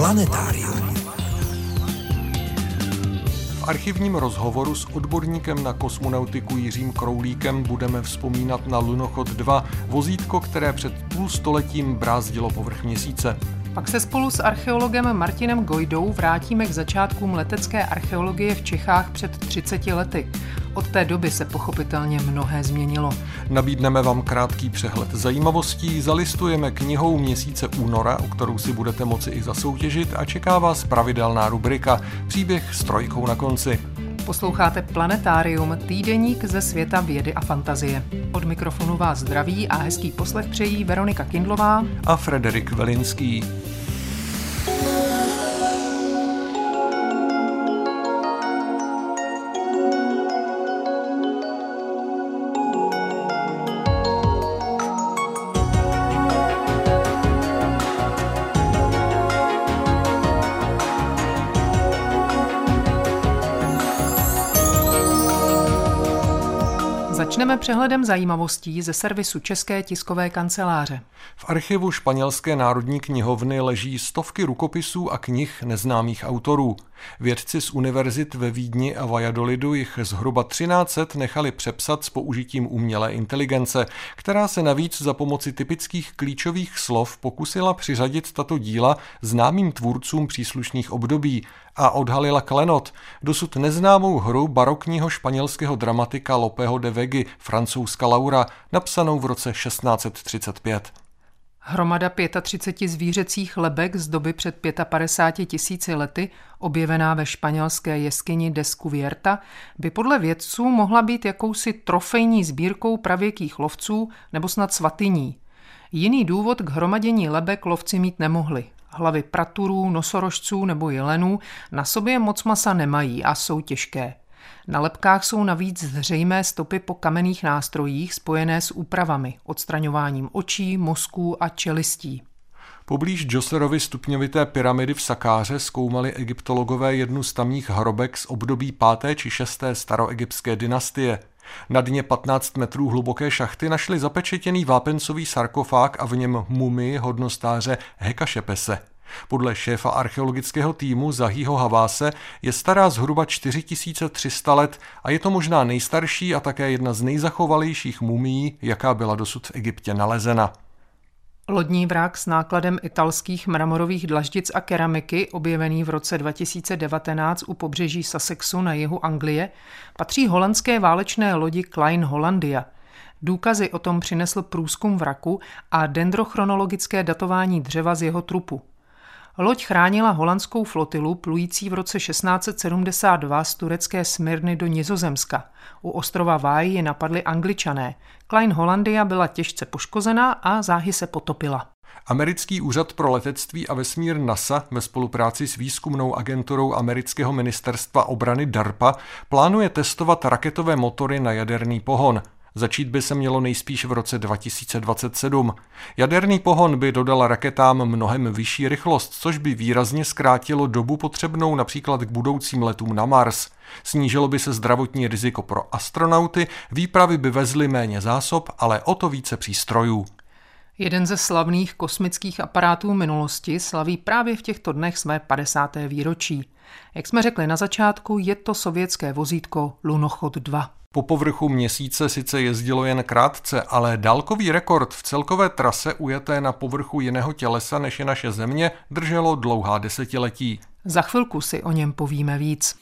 Planetárium. V archivním rozhovoru s odborníkem na kosmonautiku Jiřím Kroulíkem budeme vzpomínat na Lunochod 2, vozítko, které před půl stoletím brázdilo povrch Měsíce. Pak se spolu s archeologem Martinem Gojdou vrátíme k začátkům letecké archeologie v Čechách před 30 lety. Od té doby se pochopitelně mnohé změnilo. Nabídneme vám krátký přehled zajímavostí, zalistujeme knihou měsíce února, o kterou si budete moci i zasoutěžit, a čeká vás pravidelná rubrika Příběh s trojkou na konci. Posloucháte Planetárium, týdeník ze světa vědy a fantazie. Od mikrofonu vás zdraví a hezký poslech přejí Veronika Kindlová a Frederik Velinský. Začneme přehledem zajímavostí ze servisu České tiskové kanceláře. V archivu Španělské národní knihovny leží stovky rukopisů a knih neznámých autorů. Vědci z univerzit ve Vídni a Valladolidu jich zhruba 1300 nechali přepsat s použitím umělé inteligence, která se navíc za pomoci typických klíčových slov pokusila přiřadit tato díla známým tvůrcům příslušných období a odhalila klenot, dosud neznámou hru barokního španělského dramatika Lopeho de Vegy Francouzska Laura, napsanou v roce 1635. Hromada 35 zvířecích lebek z doby před 55 000 lety, objevená ve španělské jeskyni Descubierta, by podle vědců mohla být jakousi trofejní sbírkou pravěkých lovců nebo snad svatyní. Jiný důvod k hromadění lebek lovci mít nemohli. Hlavy praturů, nosorožců nebo jelenů na sobě moc masa nemají a jsou těžké. Na lebkách jsou navíc zřejmé stopy po kamenných nástrojích spojené s úpravami, odstraňováním očí, mozků a čelistí. Poblíž Djoserovy stupňovité pyramidy v Sakáře zkoumali egyptologové jednu z tamních hrobek z období 5. či 6. staroegyptské dynastie. Na dně 15 metrů hluboké šachty našli zapečetěný vápencový sarkofág a v něm mumii hodnostáře Hekashepese. Podle šéfa archeologického týmu Zahího Haváse je stará zhruba 4300 let a je to možná nejstarší a také jedna z nejzachovalejších mumií, jaká byla dosud v Egyptě nalezena. Lodní vrak s nákladem italských mramorových dlaždic a keramiky, objevený v roce 2019 u pobřeží Sussexu na jihu Anglie, patří holandské válečné lodi Klein Hollandia. Důkazy o tom přinesl průzkum vraku a dendrochronologické datování dřeva z jeho trupu. Loď chránila holandskou flotilu plující v roce 1672 z turecké Smyrny do Nizozemska. U ostrova Vaj je napadli Angličané. Klein Hollandia byla těžce poškozená a záhy se potopila. Americký úřad pro letectví a vesmír NASA ve spolupráci s výzkumnou agenturou amerického ministerstva obrany DARPA plánuje testovat raketové motory na jaderný pohon. Začít by se mělo nejspíš v roce 2027. Jaderný pohon by dodal raketám mnohem vyšší rychlost, což by výrazně zkrátilo dobu potřebnou například k budoucím letům na Mars. Snížilo by se zdravotní riziko pro astronauty, výpravy by vezly méně zásob, ale o to více přístrojů. Jeden ze slavných kosmických aparátů minulosti slaví právě v těchto dnech své 50. výročí. Jak jsme řekli na začátku, je to sovětské vozítko Lunochod 2. Po povrchu Měsíce sice jezdilo jen krátce, ale dálkový rekord v celkové trase ujeté na povrchu jiného tělesa než je naše Země drželo dlouhá desetiletí. Za chvilku si o něm povíme víc.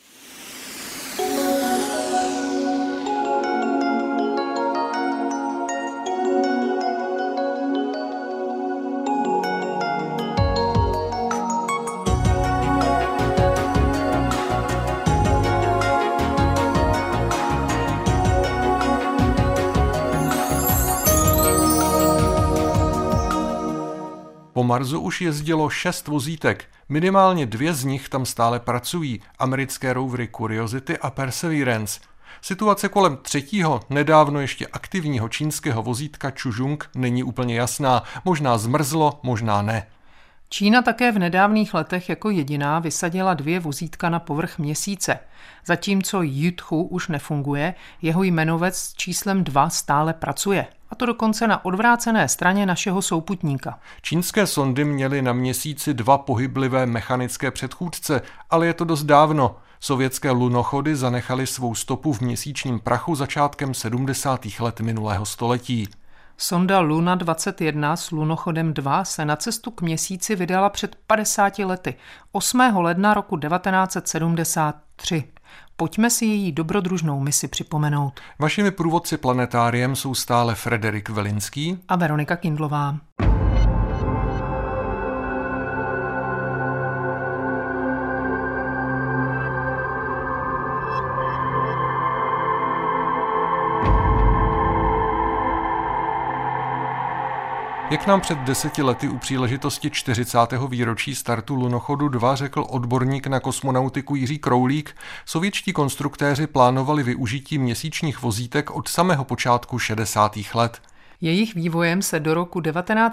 Po Marsu už jezdilo 6 vozítek, minimálně 2 z nich tam stále pracují, americké rovery Curiosity a Perseverance. Situace kolem 3. nedávno ještě aktivního čínského vozítka Čužung není úplně jasná, možná zmrzlo, možná ne. Čína také v nedávných letech jako jediná vysadila 2 vozítka na povrch Měsíce. Zatímco Jiutchu už nefunguje, jeho jmenovec s číslem 2 stále pracuje. A to dokonce na odvrácené straně našeho souputníka. Čínské sondy měly na Měsíci 2 pohyblivé mechanické předchůdce, ale je to dost dávno. Sovětské lunochody zanechaly svou stopu v měsíčním prachu začátkem 70. let minulého století. Sonda Luna 21 s lunochodem 2 se na cestu k Měsíci vydala před 50 lety, 8. ledna roku 1973. Pojďme si její dobrodružnou misi připomenout. Vašimi průvodci planetáriem jsou stále Frederik Velinský a Veronika Kindlová. Jak nám před 10 lety u příležitosti 40. výročí startu lunochodu 2 řekl odborník na kosmonautiku Jiří Kroulík, sovětští konstruktéři plánovali využití měsíčních vozítek od samého počátku 60. let. Jejich vývojem se do roku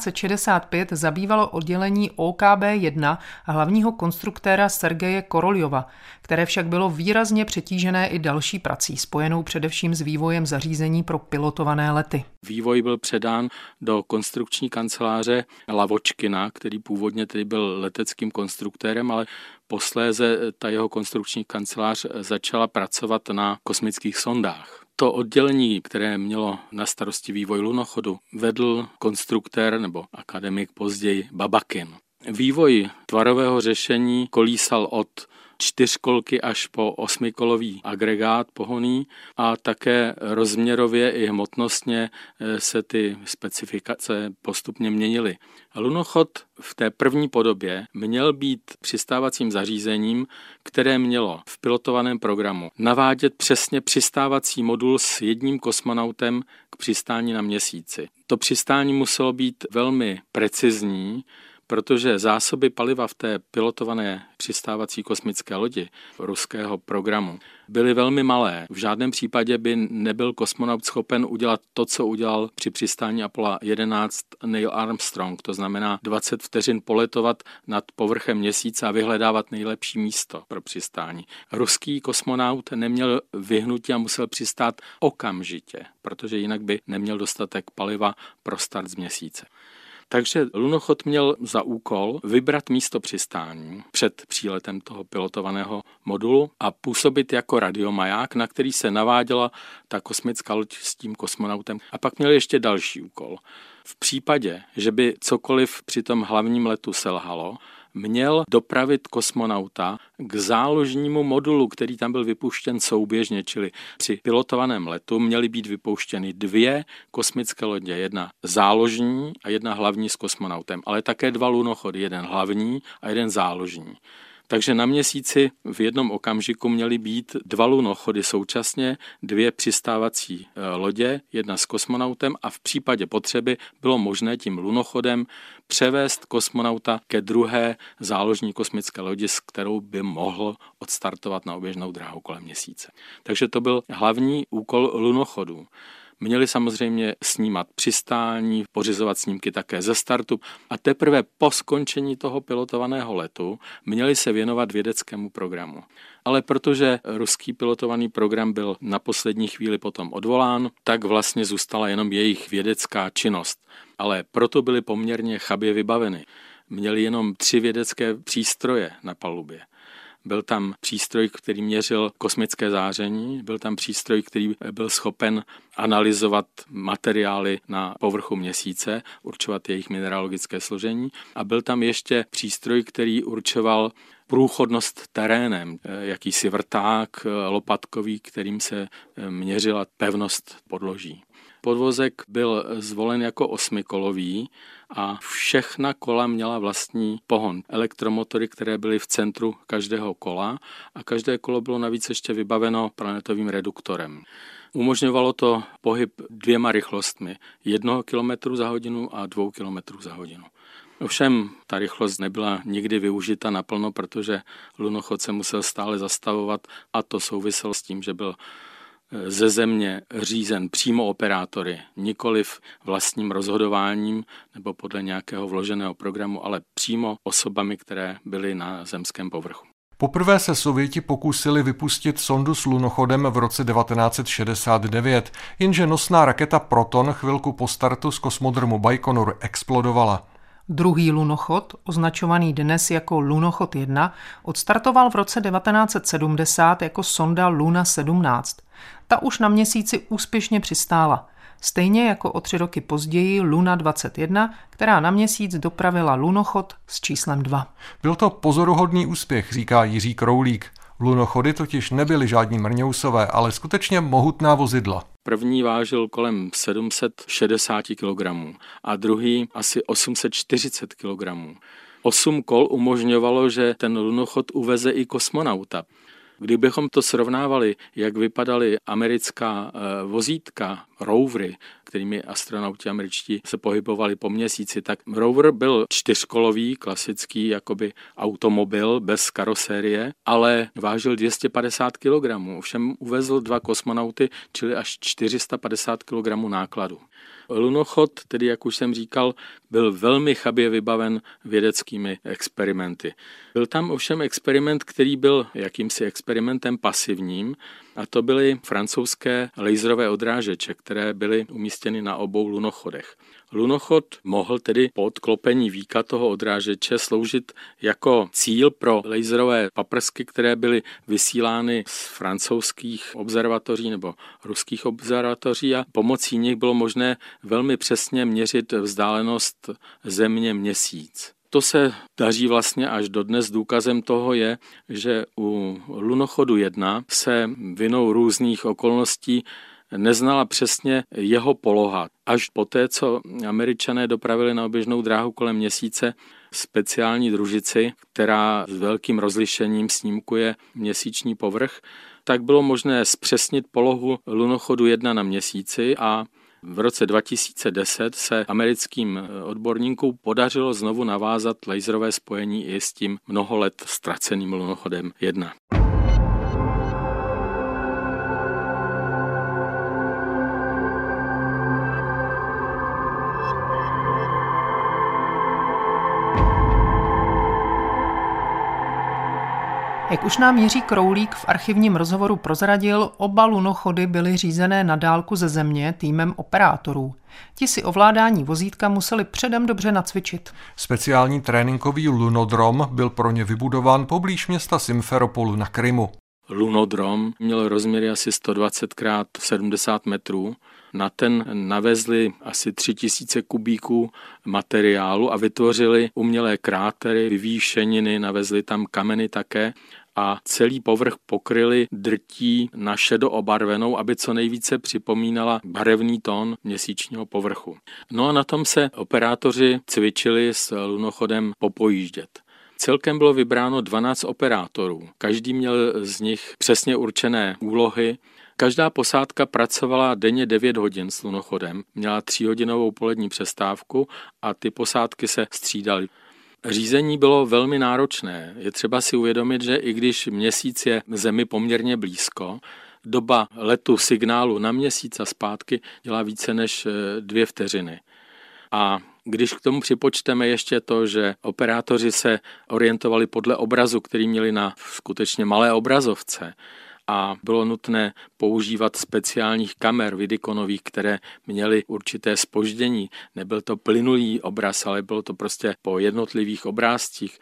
1965 zabývalo oddělení OKB-1 a hlavního konstruktéra Sergeje Koroljova, které však bylo výrazně přetížené i další prací, spojenou především s vývojem zařízení pro pilotované lety. Vývoj byl předán do konstrukční kanceláře Lavočkina, který původně tedy byl leteckým konstruktérem, ale posléze ta jeho konstrukční kancelář začala pracovat na kosmických sondách. To oddělení, které mělo na starosti vývoj lunochodu, vedl konstruktér nebo akademik později Babakin. Vývoj tvarového řešení kolísal od 4kolky až po 8kolový agregát pohonný a také rozměrově i hmotnostně se ty specifikace postupně měnily. Lunochod v té první podobě měl být přistávacím zařízením, které mělo v pilotovaném programu navádět přesně přistávací modul s jedním kosmonautem k přistání na Měsíci. To přistání muselo být velmi precizní, protože zásoby paliva v té pilotované přistávací kosmické lodi ruského programu byly velmi malé. V žádném případě by nebyl kosmonaut schopen udělat to, co udělal při přistání Apollo 11 Neil Armstrong, to znamená 20 vteřin poletovat nad povrchem Měsíce a vyhledávat nejlepší místo pro přistání. Ruský kosmonaut neměl vyhnutí a musel přistát okamžitě, protože jinak by neměl dostatek paliva pro start z Měsíce. Takže lunochod měl za úkol vybrat místo přistání před příletem toho pilotovaného modulu a působit jako radiomaják, na který se naváděla ta kosmická loď s tím kosmonautem. A pak měl ještě další úkol. V případě, že by cokoliv při tom hlavním letu selhalo, měl dopravit kosmonauta k záložnímu modulu, který tam byl vypuštěn souběžně, čili při pilotovaném letu měly být vypouštěny 2 kosmické lodě, jedna záložní a jedna hlavní s kosmonautem, ale také 2 lunochody, jeden hlavní a jeden záložní. Takže na Měsíci v jednom okamžiku měly být 2 lunochody současně, 2 přistávací lodě, jedna s kosmonautem a v případě potřeby bylo možné tím lunochodem převést kosmonauta ke druhé záložní kosmické lodi, s kterou by mohl odstartovat na oběžnou dráhu kolem Měsíce. Takže to byl hlavní úkol lunochodů. Měli samozřejmě snímat přistání, pořizovat snímky také ze startu a teprve po skončení toho pilotovaného letu měli se věnovat vědeckému programu. Ale protože ruský pilotovaný program byl na poslední chvíli potom odvolán, tak vlastně zůstala jenom jejich vědecká činnost. Ale proto byly poměrně chabě vybaveny. Měli jenom 3 vědecké přístroje na palubě. Byl tam přístroj, který měřil kosmické záření, byl tam přístroj, který byl schopen analyzovat materiály na povrchu Měsíce, určovat jejich mineralogické složení a byl tam ještě přístroj, který určoval průchodnost terénem, jakýsi vrták lopatkový, kterým se měřila pevnost podloží. Podvozek byl zvolen jako 8kolový a všechna kola měla vlastní pohon. Elektromotory, které byly v centru každého kola a každé kolo bylo navíc ještě vybaveno planetovým reduktorem. Umožňovalo to pohyb 2 rychlostmi, 1 km za hodinu a 2 km za hodinu. Ovšem ta rychlost nebyla nikdy využita naplno, protože lunochod se musel stále zastavovat a to souviselo s tím, že byl ze země řízen přímo operátory, nikoliv vlastním rozhodováním nebo podle nějakého vloženého programu, ale přímo osobami, které byly na zemském povrchu. Poprvé se Sověti pokusili vypustit sondu s lunochodem v roce 1969, jenže nosná raketa Proton chvilku po startu z kosmodromu Bajkonur explodovala. Druhý lunochod, označovaný dnes jako Lunochod 1, odstartoval v roce 1970 jako sonda Luna 17. Ta už na Měsíci úspěšně přistála. Stejně jako o 3 roky později Luna 21, která na Měsíc dopravila lunochod s číslem 2. Byl to pozoruhodný úspěch, říká Jiří Kroulík. Lunochody totiž nebyly žádní mrňousové, ale skutečně mohutná vozidla. První vážil kolem 760 kg a druhý asi 840 kg. 8 kol umožňovalo, že ten lunochod uveze i kosmonauta. Kdybychom to srovnávali, jak vypadaly americká vozítka, rovery, kterými astronauti američtí se pohybovali po Měsíci, tak rover byl 4kolový, klasický jakoby automobil bez karosérie, ale vážil 250 kg. Ovšem uvezl 2 kosmonauty, čili až 450 kg nákladu. Lunochod, tedy jak už jsem říkal, byl velmi chabě vybaven vědeckými experimenty. Byl tam ovšem experiment, který byl jakýmsi experimentem pasivním, a to byly francouzské laserové odrážeče, které byly umístěny na obou lunochodech. Lunochod mohl tedy po odklopení víka toho odrážeče sloužit jako cíl pro laserové paprsky, které byly vysílány z francouzských observatoří nebo ruských observatoří a pomocí nich bylo možné velmi přesně měřit vzdálenost Země Měsíc. To se daří vlastně až dodnes. Důkazem toho je, že u lunochodu 1 se vinou různých okolností neznala přesně jeho poloha. Až poté, co Američané dopravili na oběžnou dráhu kolem Měsíce speciální družici, která s velkým rozlišením snímkuje měsíční povrch, tak bylo možné zpřesnit polohu lunochodu 1 na Měsíci a v roce 2010 se americkým odborníkům podařilo znovu navázat laserové spojení i s tím mnoho let ztraceným lunochodem 1. Jak už nám Jiří Kroulík v archivním rozhovoru prozradil, oba lunochody byly řízené na dálku ze Země týmem operátorů. Ti si ovládání vozítka museli předem dobře nacvičit. Speciální tréninkový lunodrom byl pro ně vybudován poblíž města Simferopol na Krymu. Lunodrom měl rozměry asi 120 x 70 metrů. Na ten navezli asi 3000 kubíků materiálu a vytvořili umělé krátery, vyvýšeniny, navezli tam kameny také a celý povrch pokryli drtí na šedoobarvenou, aby co nejvíce připomínala barevný tón měsíčního povrchu. No a na tom se operátoři cvičili s lunochodem popojíždět. Celkem bylo vybráno 12 operátorů. Každý měl z nich přesně určené úlohy. Každá posádka pracovala denně 9 hodin s lunochodem, měla 3hodinovou polední přestávku a ty posádky se střídaly. Řízení bylo velmi náročné. Je třeba si uvědomit, že i když Měsíc je Zemi poměrně blízko, doba letu signálu na Měsíc a zpátky dělá více než 2 vteřiny. A když k tomu připočteme ještě to, že operátoři se orientovali podle obrazu, který měli na skutečně malé obrazovce, a bylo nutné používat speciálních kamer vidikonových, které měly určité zpoždění. Nebyl to plynulý obraz, ale bylo to prostě po jednotlivých obrázcích.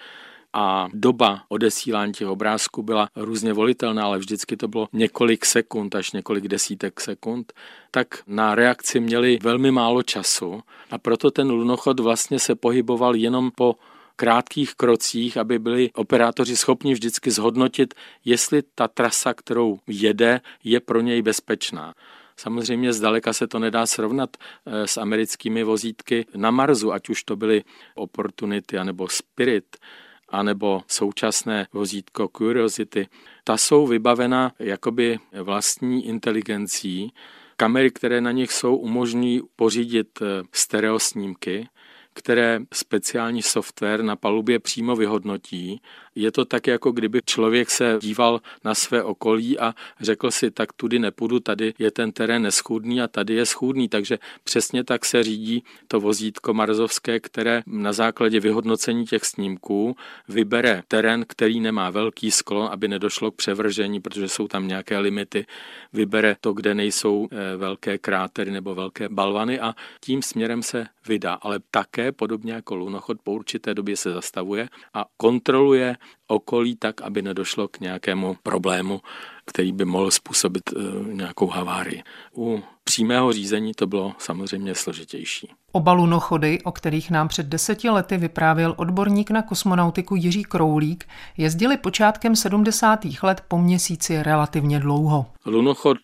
A doba odesílání těch obrázků byla různě volitelná, ale vždycky to bylo několik sekund až několik desítek sekund, tak na reakci měli velmi málo času a proto ten lunochod vlastně se pohyboval jenom po krátkých krocích, aby byli operátoři schopni vždycky zhodnotit, jestli ta trasa, kterou jede, je pro něj bezpečná. Samozřejmě zdaleka se to nedá srovnat s americkými vozítky na Marsu, ať už to byly Opportunity anebo Spirit, anebo současné vozítko Curiosity. Ta jsou vybavena jakoby vlastní inteligencí. Kamery, které na nich jsou, umožňují pořídit stereosnímky, které speciální software na palubě přímo vyhodnotí. Je to tak, jako kdyby člověk se díval na své okolí a řekl si, tak tudy nepůjdu, tady je ten terén neschůdný a tady je schůdný. Takže přesně tak se řídí to vozítko marsovské, které na základě vyhodnocení těch snímků vybere terén, který nemá velký sklon, aby nedošlo k převržení, protože jsou tam nějaké limity. Vybere to, kde nejsou velké krátery nebo velké balvany a tím směrem se vydá. Ale také, podobně jako lunochod, po určité době se zastavuje a kontroluje okolí tak, aby nedošlo k nějakému problému, který by mohl způsobit nějakou havárii. U přímého řízení to bylo samozřejmě složitější. Oba lunochody, o kterých nám před 10 lety vyprávěl odborník na kosmonautiku Jiří Kroulík, jezdili počátkem 70. let po Měsíci relativně dlouho. Lunochod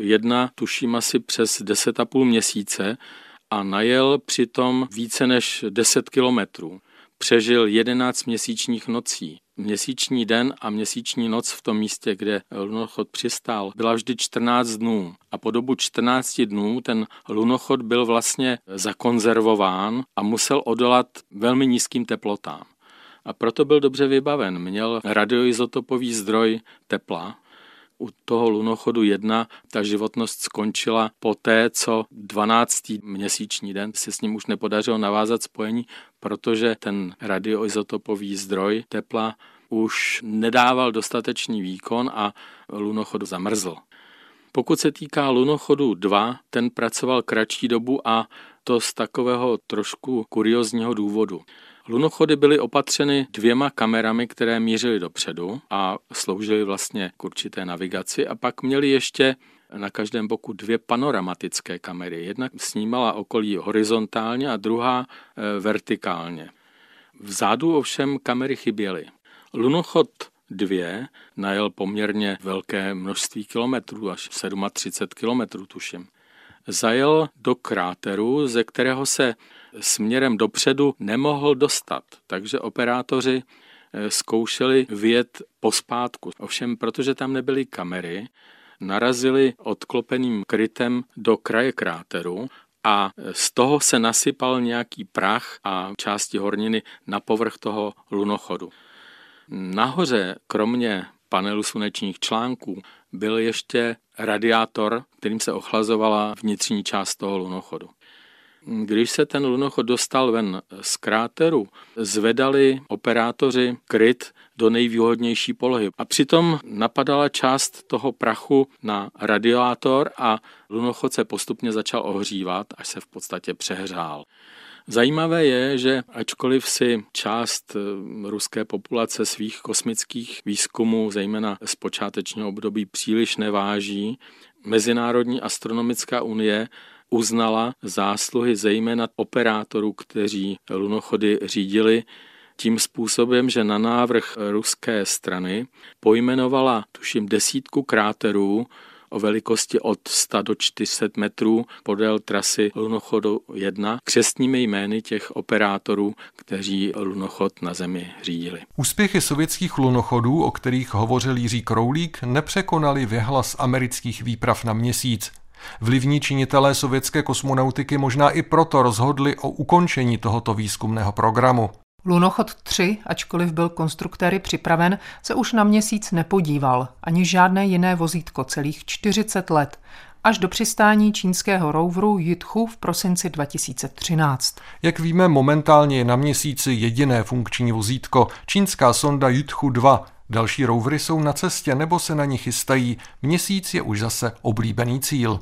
1 tuším asi přes 10,5 měsíce a najel přitom více než 10 kilometrů. Přežil 11 měsíčních nocí. Měsíční den a měsíční noc v tom místě, kde lunochod přistál, byla vždy 14 dnů. A po dobu 14 dnů ten lunochod byl vlastně zakonzervován a musel odolat velmi nízkým teplotám. A proto byl dobře vybaven. Měl radioizotopový zdroj tepla. U toho lunochodu 1 ta životnost skončila poté, co 12. měsíční den se s ním už nepodařilo navázat spojení, protože ten radioizotopový zdroj tepla už nedával dostatečný výkon a lunochod zamrzl. Pokud se týká lunochodu 2, ten pracoval kratší dobu a to z takového trošku kuriózního důvodu. Lunochody byly opatřeny 2 kamerami, které mířily dopředu a sloužily vlastně k určité navigaci a pak měly ještě na každém boku 2 panoramatické kamery. Jedna snímala okolí horizontálně a druhá vertikálně. Vzadu ovšem kamery chyběly. Lunochod 2 najel poměrně velké množství kilometrů, až 37 kilometrů tuším. Zajel do kráteru, ze kterého se směrem dopředu nemohl dostat, takže operátoři zkoušeli vyjet pospátku. Ovšem, protože tam nebyly kamery, narazili odklopeným krytem do kraje kráteru a z toho se nasypal nějaký prach a části horniny na povrch toho lunochodu. Nahoře, kromě panelu slunečních článků, byl ještě radiátor, kterým se ochlazovala vnitřní část toho lunochodu. Když se ten lunochod dostal ven z kráteru, zvedali operátoři kryt do nejvýhodnější polohy. A přitom napadala část toho prachu na radiátor a lunochod se postupně začal ohřívat, až se v podstatě přehřál. Zajímavé je, že ačkoliv si část ruské populace svých kosmických výzkumů, zejména z počátečního období, příliš neváží, Mezinárodní astronomická unie uznala zásluhy zejména operátorů, kteří lunochody řídili, tím způsobem, že na návrh ruské strany pojmenovala tuším 10 kráterů o velikosti od 100 do 400 metrů podél trasy lunochodu 1 křestními jmény těch operátorů, kteří lunochod na Zemi řídili. Úspěchy sovětských lunochodů, o kterých hovořil Jiří Kroulík, nepřekonaly věhlas amerických výprav na Měsíc. Vlivní činitelé sovětské kosmonautiky možná i proto rozhodli o ukončení tohoto výzkumného programu. Lunochod 3, ačkoliv byl konstruktéry připraven, se už na Měsíc nepodíval, ani žádné jiné vozítko celých 40 let, až do přistání čínského roveru Jitchu v prosinci 2013. Jak víme, momentálně je na Měsíci jediné funkční vozítko, čínská sonda Jitchu 2. Další rovery jsou na cestě nebo se na ní chystají. Měsíc je už zase oblíbený cíl.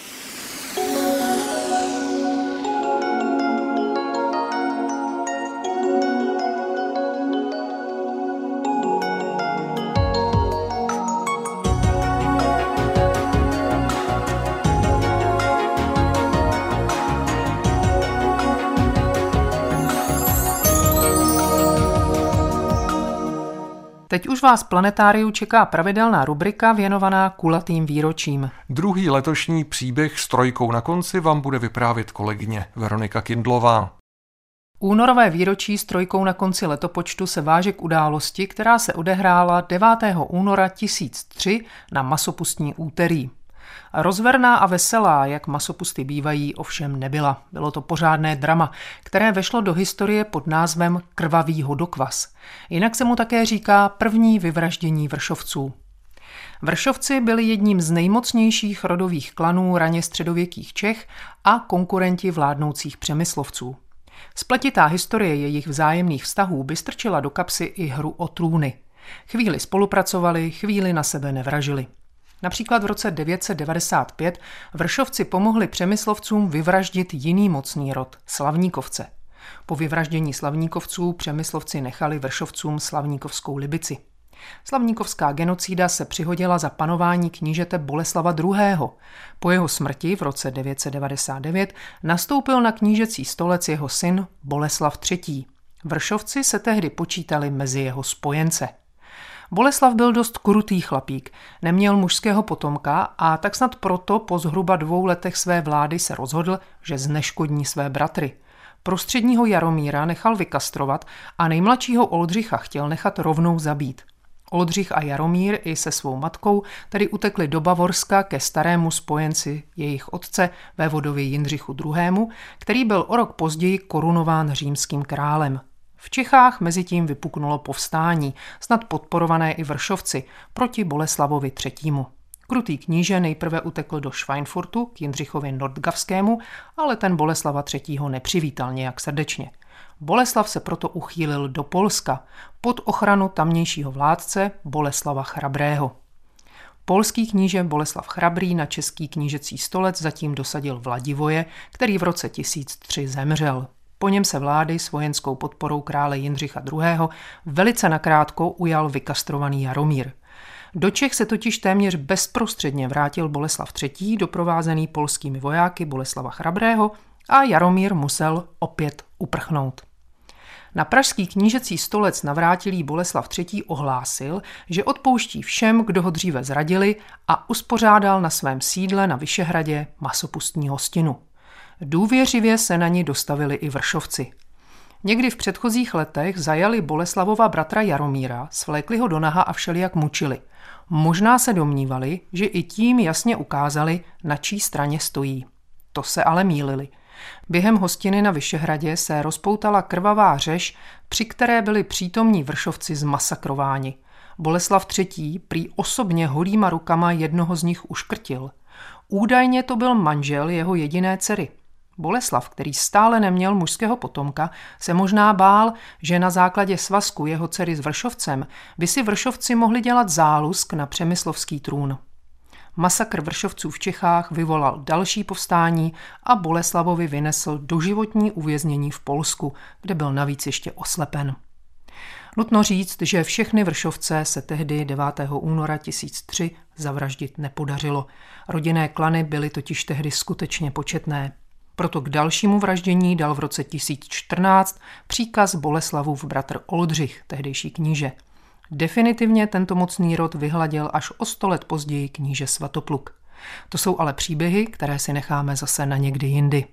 Teď už vás Planetáriu čeká pravidelná rubrika věnovaná kulatým výročím. Druhý letošní příběh s trojkou na konci vám bude vyprávět kolegyně Veronika Kindlová. Únorové výročí s trojkou na konci letopočtu se váže k události, která se odehrála 9. února 1003 na masopustní úterý. Rozverná a veselá, jak masopusty bývají, ovšem nebyla. Bylo to pořádné drama, které vešlo do historie pod názvem Krvavý hodokvas. Jinak se mu také říká první vyvraždění Vršovců. Vršovci byli jedním z nejmocnějších rodových klanů raně středověkých Čech a konkurenti vládnoucích Přemyslovců. Spletitá historie jejich vzájemných vztahů by strčila do kapsy i hru o trůny. Chvíli spolupracovali, chvíli na sebe nevražili. Například v roce 995 Vršovci pomohli Přemyslovcům vyvraždit jiný mocný rod, Slavníkovce. Po vyvraždění Slavníkovců Přemyslovci nechali Vršovcům Slavníkovskou Libici. Slavníkovská genocída se přihodila za panování knížete Boleslava II. Po jeho smrti v roce 999 nastoupil na knížecí stolec jeho syn Boleslav III. Vršovci se tehdy počítali mezi jeho spojence. Boleslav byl dost krutý chlapík, neměl mužského potomka a tak snad proto po zhruba 2 letech své vlády se rozhodl, že zneškodní své bratry. Prostředního Jaromíra nechal vykastrovat a nejmladšího Oldřicha chtěl nechat rovnou zabít. Oldřich a Jaromír i se svou matkou tedy utekli do Bavorska ke starému spojenci jejich otce, vévodovi Jindřichu II., který byl o rok později korunován římským králem. V Čechách mezitím vypuknulo povstání, snad podporované i Vršovci, proti Boleslavovi III. Krutý kníže nejprve utekl do Schweinfurtu k Jindřichovi Nordgavskému, ale ten Boleslava III. Nepřivítal nějak srdečně. Boleslav se proto uchýlil do Polska pod ochranu tamnějšího vládce Boleslava Chrabrého. Polský kníže Boleslav Chrabrý na český knížecí stolec zatím dosadil Vladivoje, který v roce 1003 zemřel. Po něm se vlády s vojenskou podporou krále Jindřicha II. Velice nakrátko ujal vykastrovaný Jaromír. Do Čech se totiž téměř bezprostředně vrátil Boleslav III. Doprovázený polskými vojáky Boleslava Chrabrého a Jaromír musel opět uprchnout. Na pražský knížecí stolec navrátilý Boleslav III. Ohlásil, že odpouští všem, kdo ho dříve zradili, a uspořádal na svém sídle na Vyšehradě masopustní hostinu. Důvěřivě se na ní dostavili i Vršovci. Někdy v předchozích letech zajali Boleslavova bratra Jaromíra, svlékli ho do naha a všelijak mučili. Možná se domnívali, že i tím jasně ukázali, na čí straně stojí. To se ale mýlili. Během hostiny na Vyšehradě se rozpoutala krvavá řež, při které byli přítomní Vršovci zmasakrováni. Boleslav III. Prý osobně holýma rukama jednoho z nich uškrtil. Údajně to byl manžel jeho jediné dcery. Boleslav, který stále neměl mužského potomka, se možná bál, že na základě svazku jeho dcery s Vršovcem by si Vršovci mohli dělat zálusk na přemyslovský trůn. Masakr Vršovců v Čechách vyvolal další povstání a Boleslavovi vynesl doživotní uvěznění v Polsku, kde byl navíc ještě oslepen. Nutno říct, že všechny Vršovce se tehdy 9. února 1003 zavraždit nepodařilo. Rodinné klany byly totiž tehdy skutečně početné. Proto k dalšímu vraždění dal v roce 1014 příkaz Boleslavův bratr Oldřich, tehdejší kníže. Definitivně tento mocný rod vyhladil až o 100 let později kníže Svatopluk. To jsou ale příběhy, které si necháme zase na někdy jindy.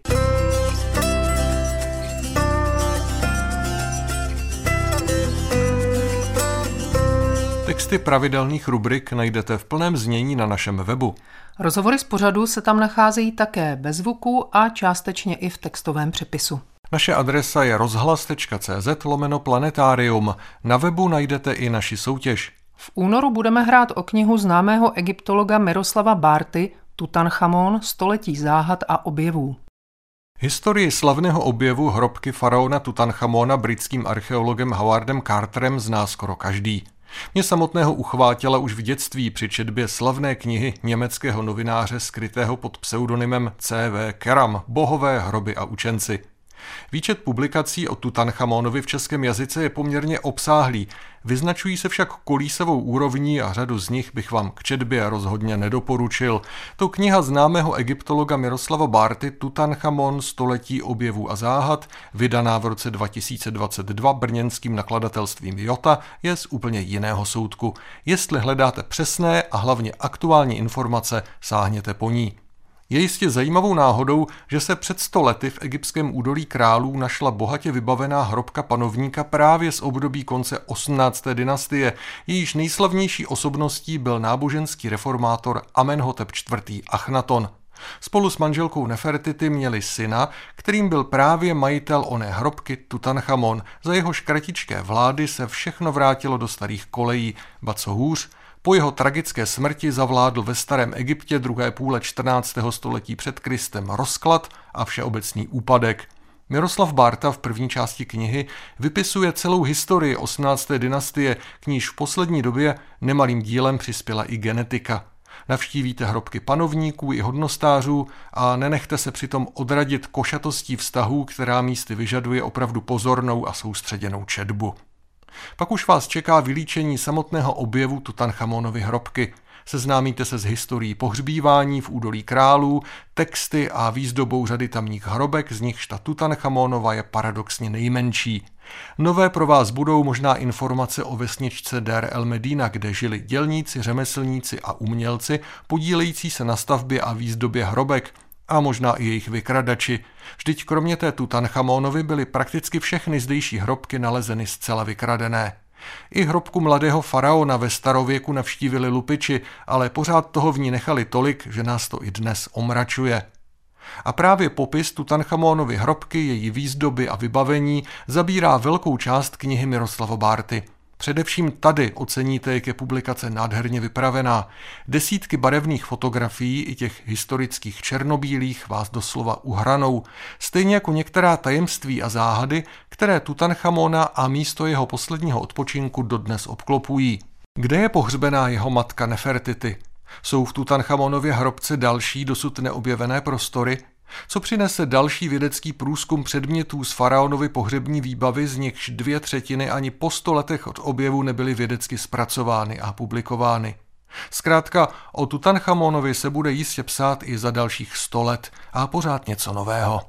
Texty pravidelných rubrik najdete v plném znění na našem webu. Rozhovory z pořadu se tam nacházejí také bez zvuku a částečně i v textovém přepisu. Naše adresa je rozhlas.cz/planetarium. Na webu najdete i naši soutěž. V únoru budeme hrát o knihu známého egyptologa Miroslava Bárty Tutanchamón, století záhad a objevů. Historii slavného objevu hrobky faraona Tutanchamóna britským archeologem Howardem Carterem zná skoro každý. Mě samotného uchvátila už v dětství při četbě slavné knihy německého novináře skrytého pod pseudonymem C.V. Keram, Bohové, hroby a učenci. Výčet publikací o Tutanchamónovi v českém jazyce je poměrně obsáhlý, vyznačují se však kolísavou úrovní a řadu z nich bych vám k četbě rozhodně nedoporučil. To kniha známého egyptologa Miroslava Bárty Tutanchamón, století objevů a záhad, vydaná v roce 2022 brněnským nakladatelstvím Jota, je z úplně jiného soudku. Jestli hledáte přesné a hlavně aktuální informace, sáhněte po ní. Je jistě zajímavou náhodou, že se před 100 lety v egyptském údolí králů našla bohatě vybavená hrobka panovníka právě z období konce 18. dynastie. Jejíž nejslavnější osobností byl náboženský reformátor Amenhotep IV. Achnaton. Spolu s manželkou Nefertiti měli syna, kterým byl právě majitel oné hrobky Tutanchamon. Za jehož kratičké vlády se všechno vrátilo do starých kolejí, ba co hůř, po jeho tragické smrti zavládl ve starém Egyptě druhé půle 14. století před Kristem rozklad a všeobecný úpadek. Miroslav Bárta v první části knihy vypisuje celou historii 18. dynastie, k níž v poslední době nemalým dílem přispěla i genetika. Navštívíte hrobky panovníků i hodnostářů a nenechte se přitom odradit košatostí vztahů, která místy vyžaduje opravdu pozornou a soustředěnou četbu. Pak už vás čeká vylíčení samotného objevu Tutanchamonovy hrobky. Seznámíte se s historií pohřbívání v údolí králů, texty a výzdobou řady tamních hrobek, z nichž ta Tutanchamonova je paradoxně nejmenší. Nové pro vás budou možná informace o vesničce Der El Medina, kde žili dělníci, řemeslníci a umělci, podílející se na stavbě a výzdobě hrobek, a možná i jejich vykradači. Vždyť kromě té Tutanchamonovy byly prakticky všechny zdejší hrobky nalezeny zcela vykradené. I hrobku mladého faraona ve starověku navštívili lupiči, ale pořád toho v ní nechali tolik, že nás to i dnes omračuje. A právě popis Tutanchamonovy hrobky, její výzdoby a vybavení zabírá velkou část knihy Miroslava Bárty. Především tady oceníte, jak je publikace nádherně vypravená. Desítky barevných fotografií i těch historických černobílých vás doslova uhranou, stejně jako některá tajemství a záhady, které Tutanchamona a místo jeho posledního odpočinku dodnes obklopují. Kde je pohřbená jeho matka Nefertiti? Jsou v Tutanchamonově hrobce další dosud neobjevené prostory? Co přinese další vědecký průzkum předmětů z faraonovy pohřební výbavy, z nichž 2/3 ani po 100 letech od objevu nebyly vědecky zpracovány a publikovány? Zkrátka, o Tutanchamonovi se bude jistě psát i za dalších 100 let a pořád něco nového.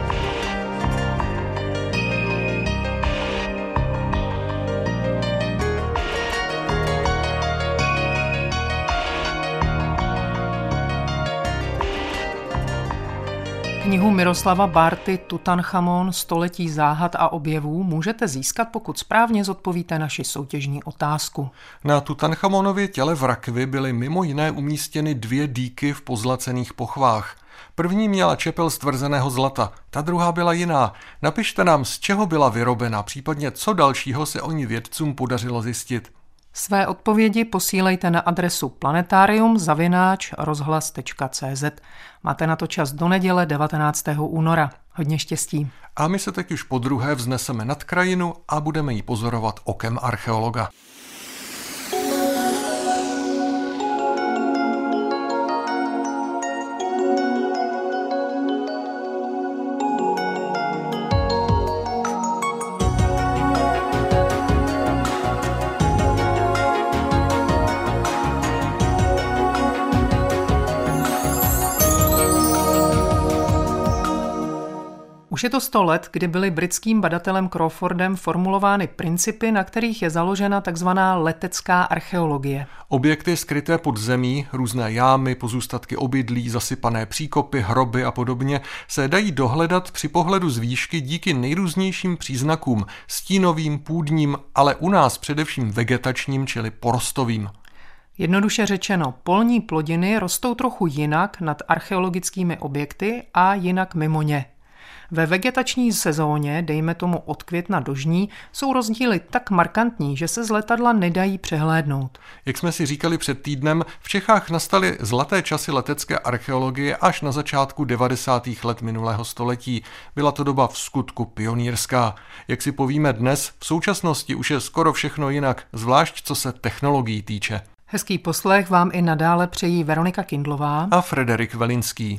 Knihu Miroslava Bárty Tutanchamon, století záhad a objevů můžete získat, pokud správně zodpovíte naši soutěžní otázku. Na Tutanchamonově těle v rakvi byly mimo jiné umístěny 2 dýky v pozlacených pochvách. První měla čepel z tvrzeného zlata, ta druhá byla jiná. Napište nám, z čeho byla vyrobena, případně co dalšího se o ní vědcům podařilo zjistit. Své odpovědi posílejte na adresu planetarium@rozhlas.cz. Máte na to čas do neděle 19. února. Hodně štěstí. A my se teď už podruhé vzneseme nad krajinu a budeme ji pozorovat okem archeologa. Už je to 100 let, kdy byly britským badatelem Crawfordem formulovány principy, na kterých je založena takzvaná letecká archeologie. Objekty skryté pod zemí, různé jámy, pozůstatky obydlí, zasypané příkopy, hroby a podobně se dají dohledat při pohledu z výšky díky nejrůznějším příznakům, stínovým, půdním, ale u nás především vegetačním, čili porostovým. Jednoduše řečeno, polní plodiny rostou trochu jinak nad archeologickými objekty a jinak mimo ně. Ve vegetační sezóně, dejme tomu od května do žní, jsou rozdíly tak markantní, že se z letadla nedají přehlédnout. Jak jsme si říkali před týdnem, v Čechách nastaly zlaté časy letecké archeologie až na začátku 90. let minulého století. Byla to doba vskutku pionýrská. Jak si povíme dnes, v současnosti už je skoro všechno jinak, zvlášť co se technologií týče. Hezký poslech vám i nadále přejí Veronika Kindlová a Frederik Velinský.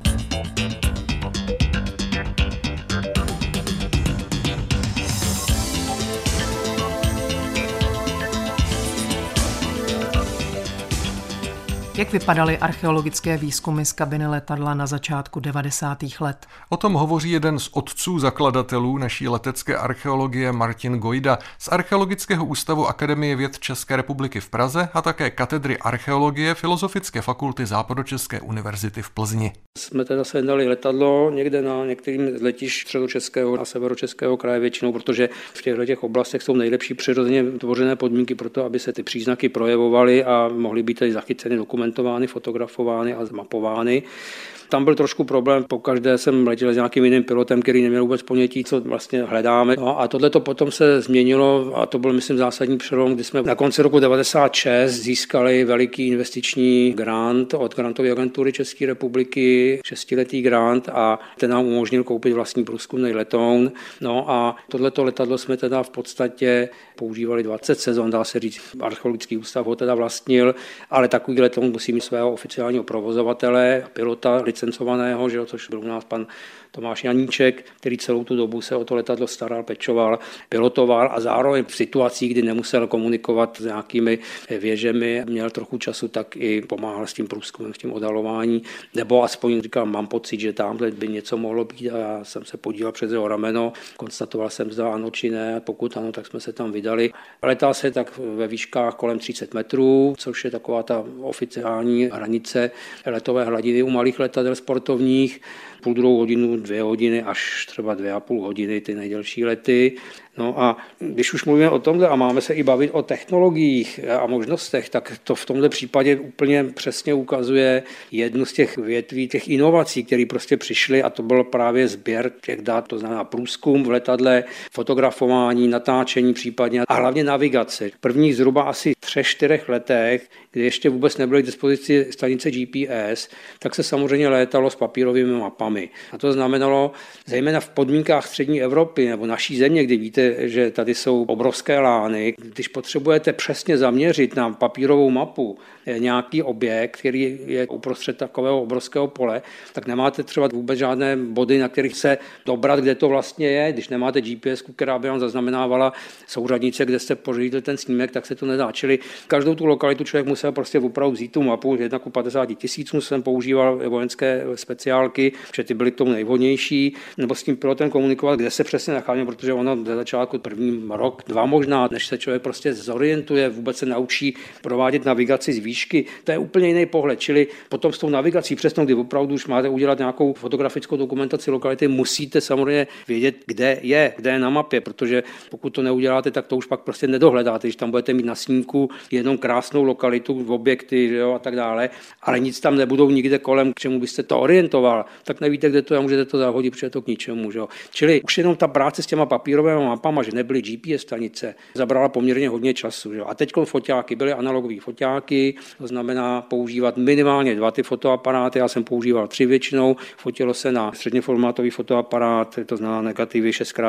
Jak vypadaly archeologické výzkumy z kabiny letadla na začátku 90. let? O tom hovoří jeden z otců zakladatelů naší letecké archeologie Martin Gojda z Archeologického ústavu Akademie věd České republiky v Praze a také katedry archeologie Filozofické fakulty Západočeské univerzity v Plzni. Jsme teda sehnali letadlo někde na některým z letišť středočeského a severočeského kraje většinou, protože v těchto oblastech jsou nejlepší přirozeně tvořené podmínky pro to, aby se ty příznaky projevovaly a mohly být tady zachyceny, dokumentovány, fotografovány a zmapovány. Tam byl trošku problém, pokaždé jsem letěl s nějakým jiným pilotem, který neměl vůbec ponětí, co vlastně hledáme. No a tohleto potom se změnilo a to byl, myslím, zásadní přelom, kdy jsme na konci roku 96 získali veliký investiční grant od grantové agentury České republiky, 6letý grant a ten nám umožnil koupit vlastní průzkumný letoun. No a tohleto letadlo jsme teda v podstatě používali 20 sezon, dá se říct. Archeologický ústav ho teda vlastnil, ale takový letoun musí mít svého oficiálního provozovatele, pilota licencovaného, že jo, což byl u nás pan Tomáš Janíček, který celou tu dobu se o to letadlo staral, pečoval, pilotoval a zároveň v situacích, kdy nemusel komunikovat s nějakými věžemi, měl trochu času, tak i pomáhal s tím průzkumem, s tím odalování, nebo aspoň říkal, mám pocit, že tamhle by něco mohlo být a já jsem se podíval přes jeho rameno, konstatoval jsem, zda ano či ne, pokud ano, tak jsme se tam vydali. Letal se tak ve výškách kolem 30 metrů, což je taková ta oficiální hranice letové hladiny u malých letadel sportovních, půl druhou hodinu, 2 hodiny, až třeba 2,5 hodiny, ty nejdelší lety. No a když už mluvíme o tomhle a máme se i bavit o technologiích a možnostech, tak to v tomhle případě úplně přesně ukazuje jednu z těch větví, těch inovací, které prostě přišly a to byl právě sběr těch dat, to znamená průzkum v letadle, fotografování, natáčení případně a hlavně navigace. V prvních zhruba asi 3-4 letech, kdy ještě vůbec nebyly k dispozici stanice GPS, tak se samozřejmě létalo s papírovými mapami. A to znamenalo, zejména v podmínkách střední Evropy nebo naší země, kdy víte, že tady jsou obrovské lány. Když potřebujete přesně zaměřit na papírovou mapu nějaký objekt, který je uprostřed takového obrovského pole, tak nemáte třeba vůbec žádné body, na kterých se dobrat, kde to vlastně je. Když nemáte GPS, která by vám zaznamenávala souřadnice, kde jste pořídili ten snímek, tak se to nedá. Čili každou tu lokalitu člověk musel prostě opravdu vzít tu mapu, 1:50 000 jsem používal vojenské speciálky, protože ty byly k tomu nejvhodnější, nebo s tím pilotem komunikovat, kde se přesně nacházíme, protože ono ze začátku první rok, 2 možná, než se člověk prostě zorientuje, vůbec se naučí provádět navigaci z výšky. To je úplně jiný pohled, čili potom s tou navigací přesnou, kdy opravdu už máte udělat nějakou fotografickou dokumentaci lokality, musíte samozřejmě vědět, kde je na mapě, protože pokud to neuděláte, tak to už pak prostě nedohledáte, když tam budete mít na snímku jenom krásnou lokalitu, objekty, že jo, a tak dále, ale nic tam nebudou nikde kolem, k čemu byste to orientoval, tak nevíte, kde to je, můžete to zahodit, protože je to k ničemu, že jo. Čili už jenom ta práce s těma papírovými mapama, že nebyly GPS stanice, zabrala poměrně hodně času, že jo. A teďko foťáky, byly analogové foťáky, to znamená používat minimálně 2 ty fotoaparáty, já jsem používal 3 většinou, fotilo se na středněformátový fotoaparát, to znamená negativy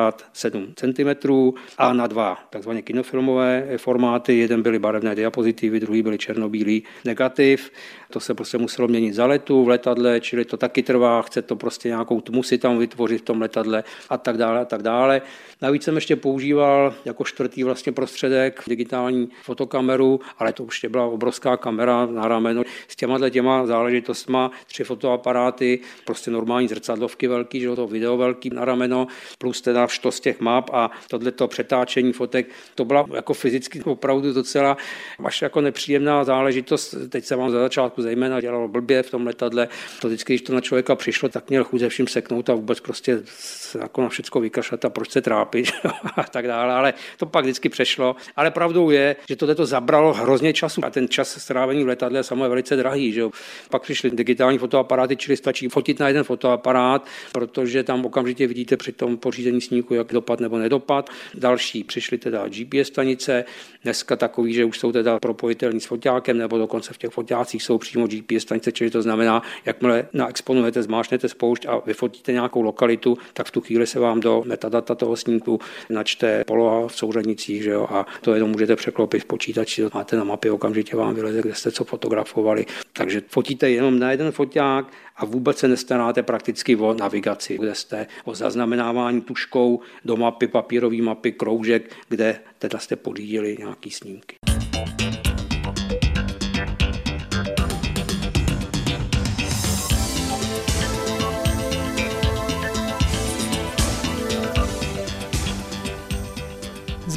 6x7 cm a na 2 takzvané kinofilmové formáty, jeden byly barevné diapozitivy, druhý byly černobílý negativ. To se prostě muselo měnit za letu v letadle, čili to taky trvá, chce to prostě nějakou tmu si tam vytvořit v tom letadle a tak dále a tak dále. Navíc jsem ještě používal jako 4. vlastně prostředek digitální fotokameru, ale to už byla obrovská kamera na rameno s těma záležitostma, 3 fotoaparáty, prostě normální zrcadlovky velký, že to video velký na rameno, plus teda štos těch map a tohleto přetáčení fotek, to byla jako fyzicky opravdu docela až jako nepříjemná záležitost. Teď se vám za začátku zejména dělalo blbě v tom letadle, to vždycky, když to na člověka přišlo, tak měl chuť ze vším seknout a vůbec prostě jako na všecko vykašlat a proč se trápit a tak dále, ale to pak vždycky přešlo. Ale pravdou je, že tohleto zabralo hrozně času a ten čas strávení v letadle je samozřejmě velice drahý, že jo. Pak přišly digitální fotoaparáty, čili stačí fotit na jeden fotoaparát, protože tam okamžitě vidíte při tom pořízení snímku, jak dopad nebo nedopad. Další přišly teda GPS stanice, dneska takový, že už jsou teda propojitelní s foťákem, nebo dokonce v těch foťácích jsou přímo GPS stanice, čili to znamená, jakmile naexponujete, zmáčknete spoušť a vyfotíte nějakou lokalitu, tak v tu chvíli se vám do metadata toho snímku načte poloha v souřadnicích, že jo, a to jenom můžete překlopit v počítači, máte na mapě, okamžitě vám vyleze, kde jste co fotografovali. Takže fotíte jenom na jeden foťák a vůbec se nestaráte prakticky o navigaci, kde jste, o zaznamenávání tužkou do mapy, papírové mapy, kroužek, kde teda jste pořídili nějaký snímky.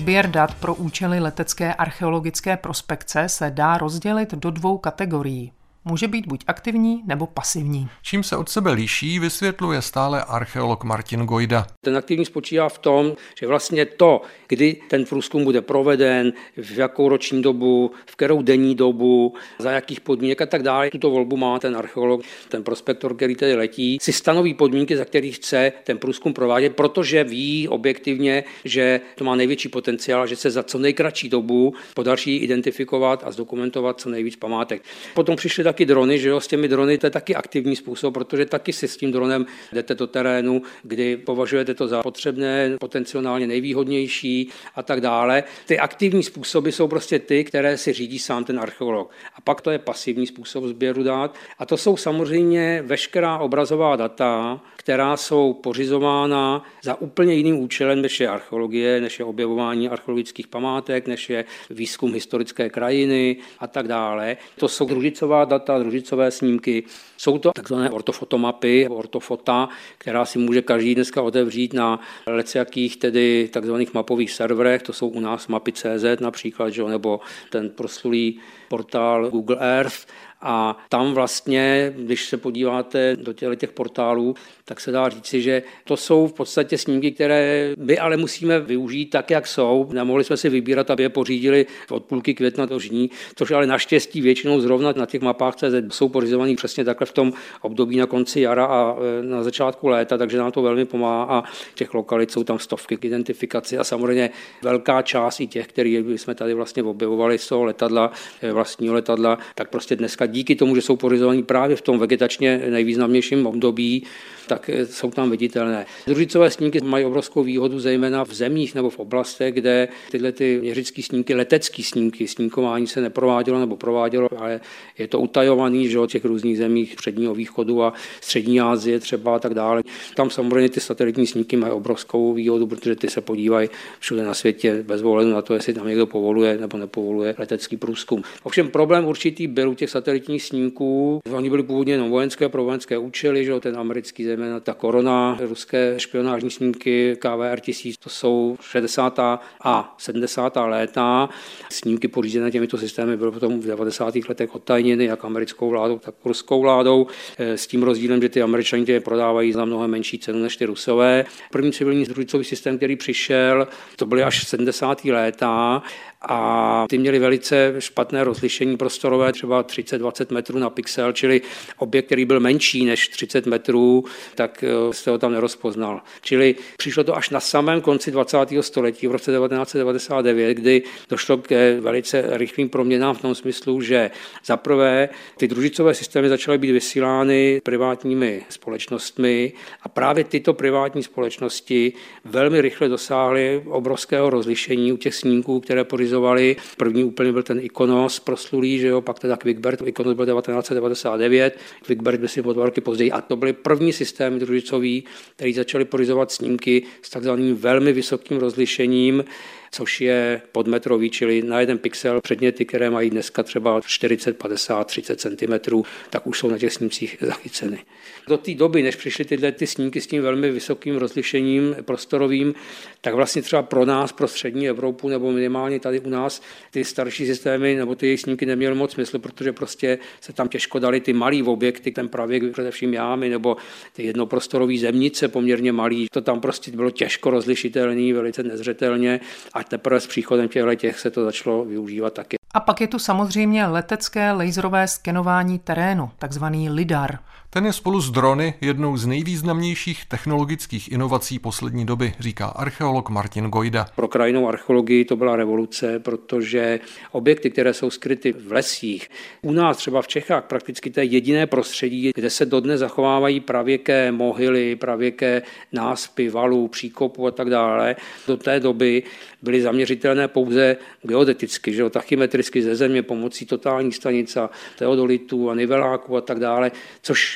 Sběr dat pro účely letecké archeologické prospekce se dá rozdělit do 2 kategorií. Může být buď aktivní nebo pasivní. Čím se od sebe liší, vysvětluje stále archeolog Martin Gojda. Ten aktivní spočívá v tom, že vlastně to, kdy ten průzkum bude proveden, v jakou roční dobu, v kterou denní dobu, za jakých podmínek a tak dále. Tuto volbu má ten archeolog, ten prospektor, který tedy letí, si stanoví podmínky, za kterých chce ten průzkum provádět, protože ví objektivně, že to má největší potenciál, že se za co nejkratší dobu podaří identifikovat a zdokumentovat co nejvíc památek. Potom přišly taky drony, že jo, s těmi drony to je taky aktivní způsob, protože taky si s tím dronem jdete do terénu, kdy považujete to za potřebné, potenciálně nejvýhodnější a tak dále. Ty aktivní způsoby jsou prostě ty, které si řídí sám ten archeolog. A pak to je pasivní způsob sběru dat a to jsou samozřejmě veškerá obrazová data, která jsou pořizována za úplně jiným účelem, než je archeologie, než je objevování archeologických památek, než je výzkum historické krajiny a tak dále. To jsou družicová data, družicové snímky. Jsou to takzvané ortofotomapy, ortofota, která si může každý dneska otevřít na lecjakých tedy takzvaných mapových serverech, to jsou u nás mapy.cz například, nebo ten proslulý portál Google Earth. A tam vlastně, když se podíváte do těch portálů, tak se dá říci, že to jsou v podstatě snímky, které my ale musíme využít tak, jak jsou. Nemohli jsme si vybírat, aby je pořídili od půlky května do října, což ale naštěstí většinou zrovna na těch mapách CZ jsou pořizovaný přesně takhle v tom období na konci jara a na začátku léta, takže nám to velmi pomáhá a těch lokalit jsou tam stovky k identifikaci a samozřejmě velká část i těch, které jsme tady vlastně objevovali z toho letadla, vlastního letadla, tak prostě dneska díky tomu, že jsou pořizovaní právě v tom vegetačně nejvýznamnějším období, tak jsou tam viditelné. Družicové snímky mají obrovskou výhodu, zejména v zemích nebo v oblastech, kde tyhle ty měřické snímky, letecké snímky, snímkování se neprovádělo nebo provádělo, ale je to utajovaný, že od těch různých zemích předního východu a střední Asie třeba a tak dále. Tam samozřejmě ty satelitní snímky mají obrovskou výhodu, protože ty se podívají všude na světě bez ohledu na to, jestli tam někdo povoluje nebo nepovoluje letecký průzkum. Ovšem problém určitý byl u těch satelitních snímků. Oni byly původně jenom vojenské pro vojenské účely, že ten americký zejména ta Korona, ruské špionážní snímky KVR-1000, to jsou 60. a 70. léta. Snímky pořízené těmito systémy byly potom v 90. letech odtajněny jak americkou vládou, tak ruskou vládou, s tím rozdílem, že ty Američané je prodávají za mnohem menší cenu než ty Rusové. První civilní družicový systém, který přišel, to byly až 70. léta a ty měly velice špatné rozlišení prostorové, třeba 30-20 metrů na pixel, čili objekt, který byl menší než 30 metrů, tak se ho tam nerozpoznal. Čili přišlo to až na samém konci 20. století, v roce 1999, kdy došlo k velice rychlým proměnám v tom smyslu, že zaprvé ty družicové systémy začaly být vysílány privátními společnostmi a právě tyto privátní společnosti velmi rychle dosáhly obrovského rozlišení u těch snímků, které pořizovali. První úplně byl ten Ikonos proslulý, že jo, pak teda Quickbird, Ikonos byl 1999, Quickbird byl si od války později a to byly první systémy družicový, který začaly pořizovat snímky s takzvaným velmi vysokým rozlišením, což je podmetrový, čili na jeden pixel předměty, které mají dneska třeba 40, 50, 30 cm, tak už jsou na těch snímcích zachyceny. Do té doby, než přišly tyhle ty snímky s tím velmi vysokým rozlišením prostorovým, tak vlastně třeba pro nás, pro střední Evropu nebo minimálně tady u nás ty starší systémy nebo ty jejich snímky neměly moc smysl, protože prostě se tam těžko dali ty malý objekty, ten pravěk, především jámy nebo ty jednoprostorové zemnice poměrně malý. To tam prostě bylo těžko rozlišitelný, velice nezřetelně. A teprve s příchodem těch se to začalo využívat taky. A pak je tu samozřejmě letecké laserové skenování terénu, takzvaný lidar. Ten je spolu s drony jednou z nejvýznamnějších technologických inovací poslední doby, říká archeolog Martin Gojda. Pro krajinnou archeologii to byla revoluce, protože objekty, které jsou skryty v lesích, u nás třeba v Čechách prakticky to je jediné prostředí, kde se dodnes zachovávají pravěké mohyly, pravěké náspy, valů, příkopů a tak dále. Do té doby byly zaměřitelné pouze geodeticky, že tachymetricky ze země pomocí totální stanice, teodolitů a niveláků a tak dále, což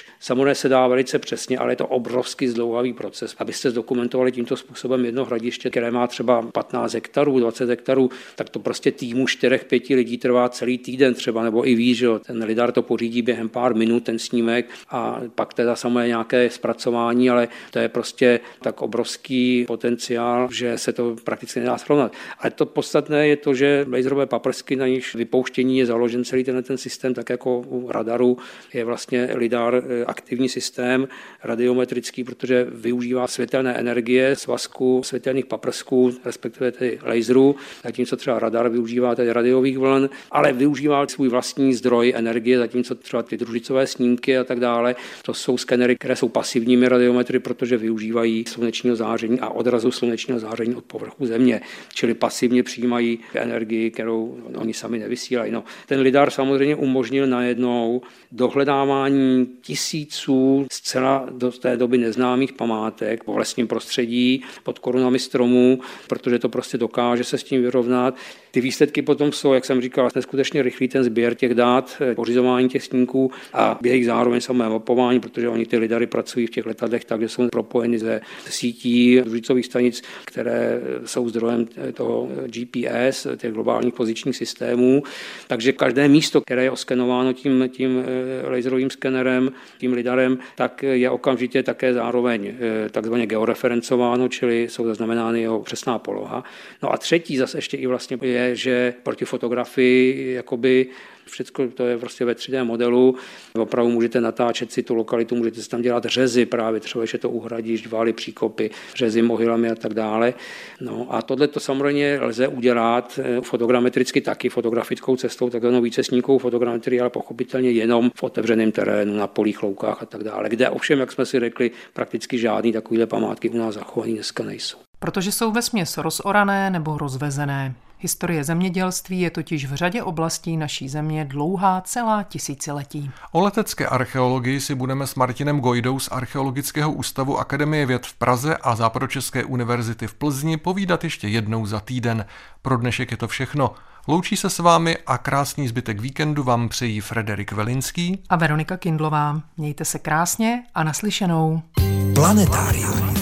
což samozřejmě se dá velice přesně, ale je to obrovský zdlouhavý proces. Abyste zdokumentovali tímto způsobem jedno hradiště, které má třeba 15 hektarů, 20 hektarů, tak to prostě týmu 4-5 lidí trvá celý týden třeba, nebo i víc, že ten lidar to pořídí během pár minut, ten snímek, a pak teda samozřejmě nějaké zpracování, ale to je prostě tak obrovský potenciál, že se to prakticky nedá srovnat. Ale to podstatné je to, že laserové paprsky, na nichž vypouštění je založen celý ten systém, tak jako u radaru je vlastně lidar aktivní systém radiometrický, protože využívá světelné energie, svazku světelných paprsků, respektive tedy laserů, zatímco třeba radar využívá tedy radiových vln, ale využívá svůj vlastní zdroj energie, zatímco třeba ty družicové snímky a tak dále, to jsou skenery, které jsou pasivními radiometry, protože využívají slunečního záření a odrazu slunečního záření od povrchu Země, čili pasivně přijímají energii, kterou oni sami nevysílají. No, ten lidar samozřejmě umožnil najednou dohledávání tisíců zcela do té doby neznámých památek po lesním prostředí, pod korunami stromů, protože to prostě dokáže se s tím vyrovnat. Ty výsledky potom jsou, jak jsem říkal, neskutečně rychlý ten sběr těch dat, pořizování těch snímků a jejich zároveň samé mapování, protože oni ty lidary pracují v těch letadlech tak, že jsou propojeny ze sítí družicových stanic, které jsou zdrojem toho GPS, těch globálních pozičních systémů. Takže každé místo, které je oskenováno tím laserovým skenerem, tím lidarem, tak je okamžitě také zároveň takzvaně georeferencováno, čili jsou zaznamenány jeho přesná poloha. No a třetí zase ještě i vlastně je, že proti fotografii jakoby všechno to je prostě ve 3D modelu. Opravdu můžete natáčet si tu lokalitu, můžete si tam dělat řezy právě, třeba že to uhradíš, dvály, příkopy, řezy mohylami a tak dále. No a tohle to samozřejmě lze udělat fotogrametricky taky, fotografickou cestou, takzvanou vícesníkovou fotogrametrii, ale pochopitelně jenom v otevřeném terénu, na polích, loukách a tak dále, kde ovšem, jak jsme si řekli, prakticky žádný takovýhle památky u nás zachovaný dneska nejsou. Protože jsou vesměs rozorané nebo rozvezené. Historie zemědělství je totiž v řadě oblastí naší země dlouhá celá tisíciletí. O letecké archeologii si budeme s Martinem Gojdou z Archeologického ústavu Akademie věd v Praze a Západočeské univerzity v Plzni povídat ještě jednou za týden. Pro dnešek je to všechno. Loučí se s vámi a krásný zbytek víkendu vám přejí Frederik Velinský a Veronika Kindlová. Mějte se krásně a naslyšenou. Planetárium.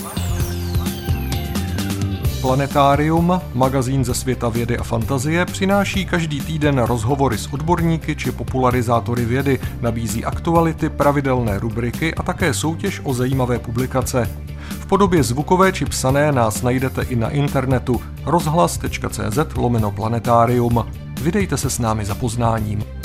Planetárium, magazín ze světa vědy a fantazie, přináší každý týden rozhovory s odborníky či popularizátory vědy, nabízí aktuality, pravidelné rubriky a také soutěž o zajímavé publikace. V podobě zvukové či psané nás najdete i na internetu rozhlas.cz/planetárium. Vydejte se s námi za poznáním.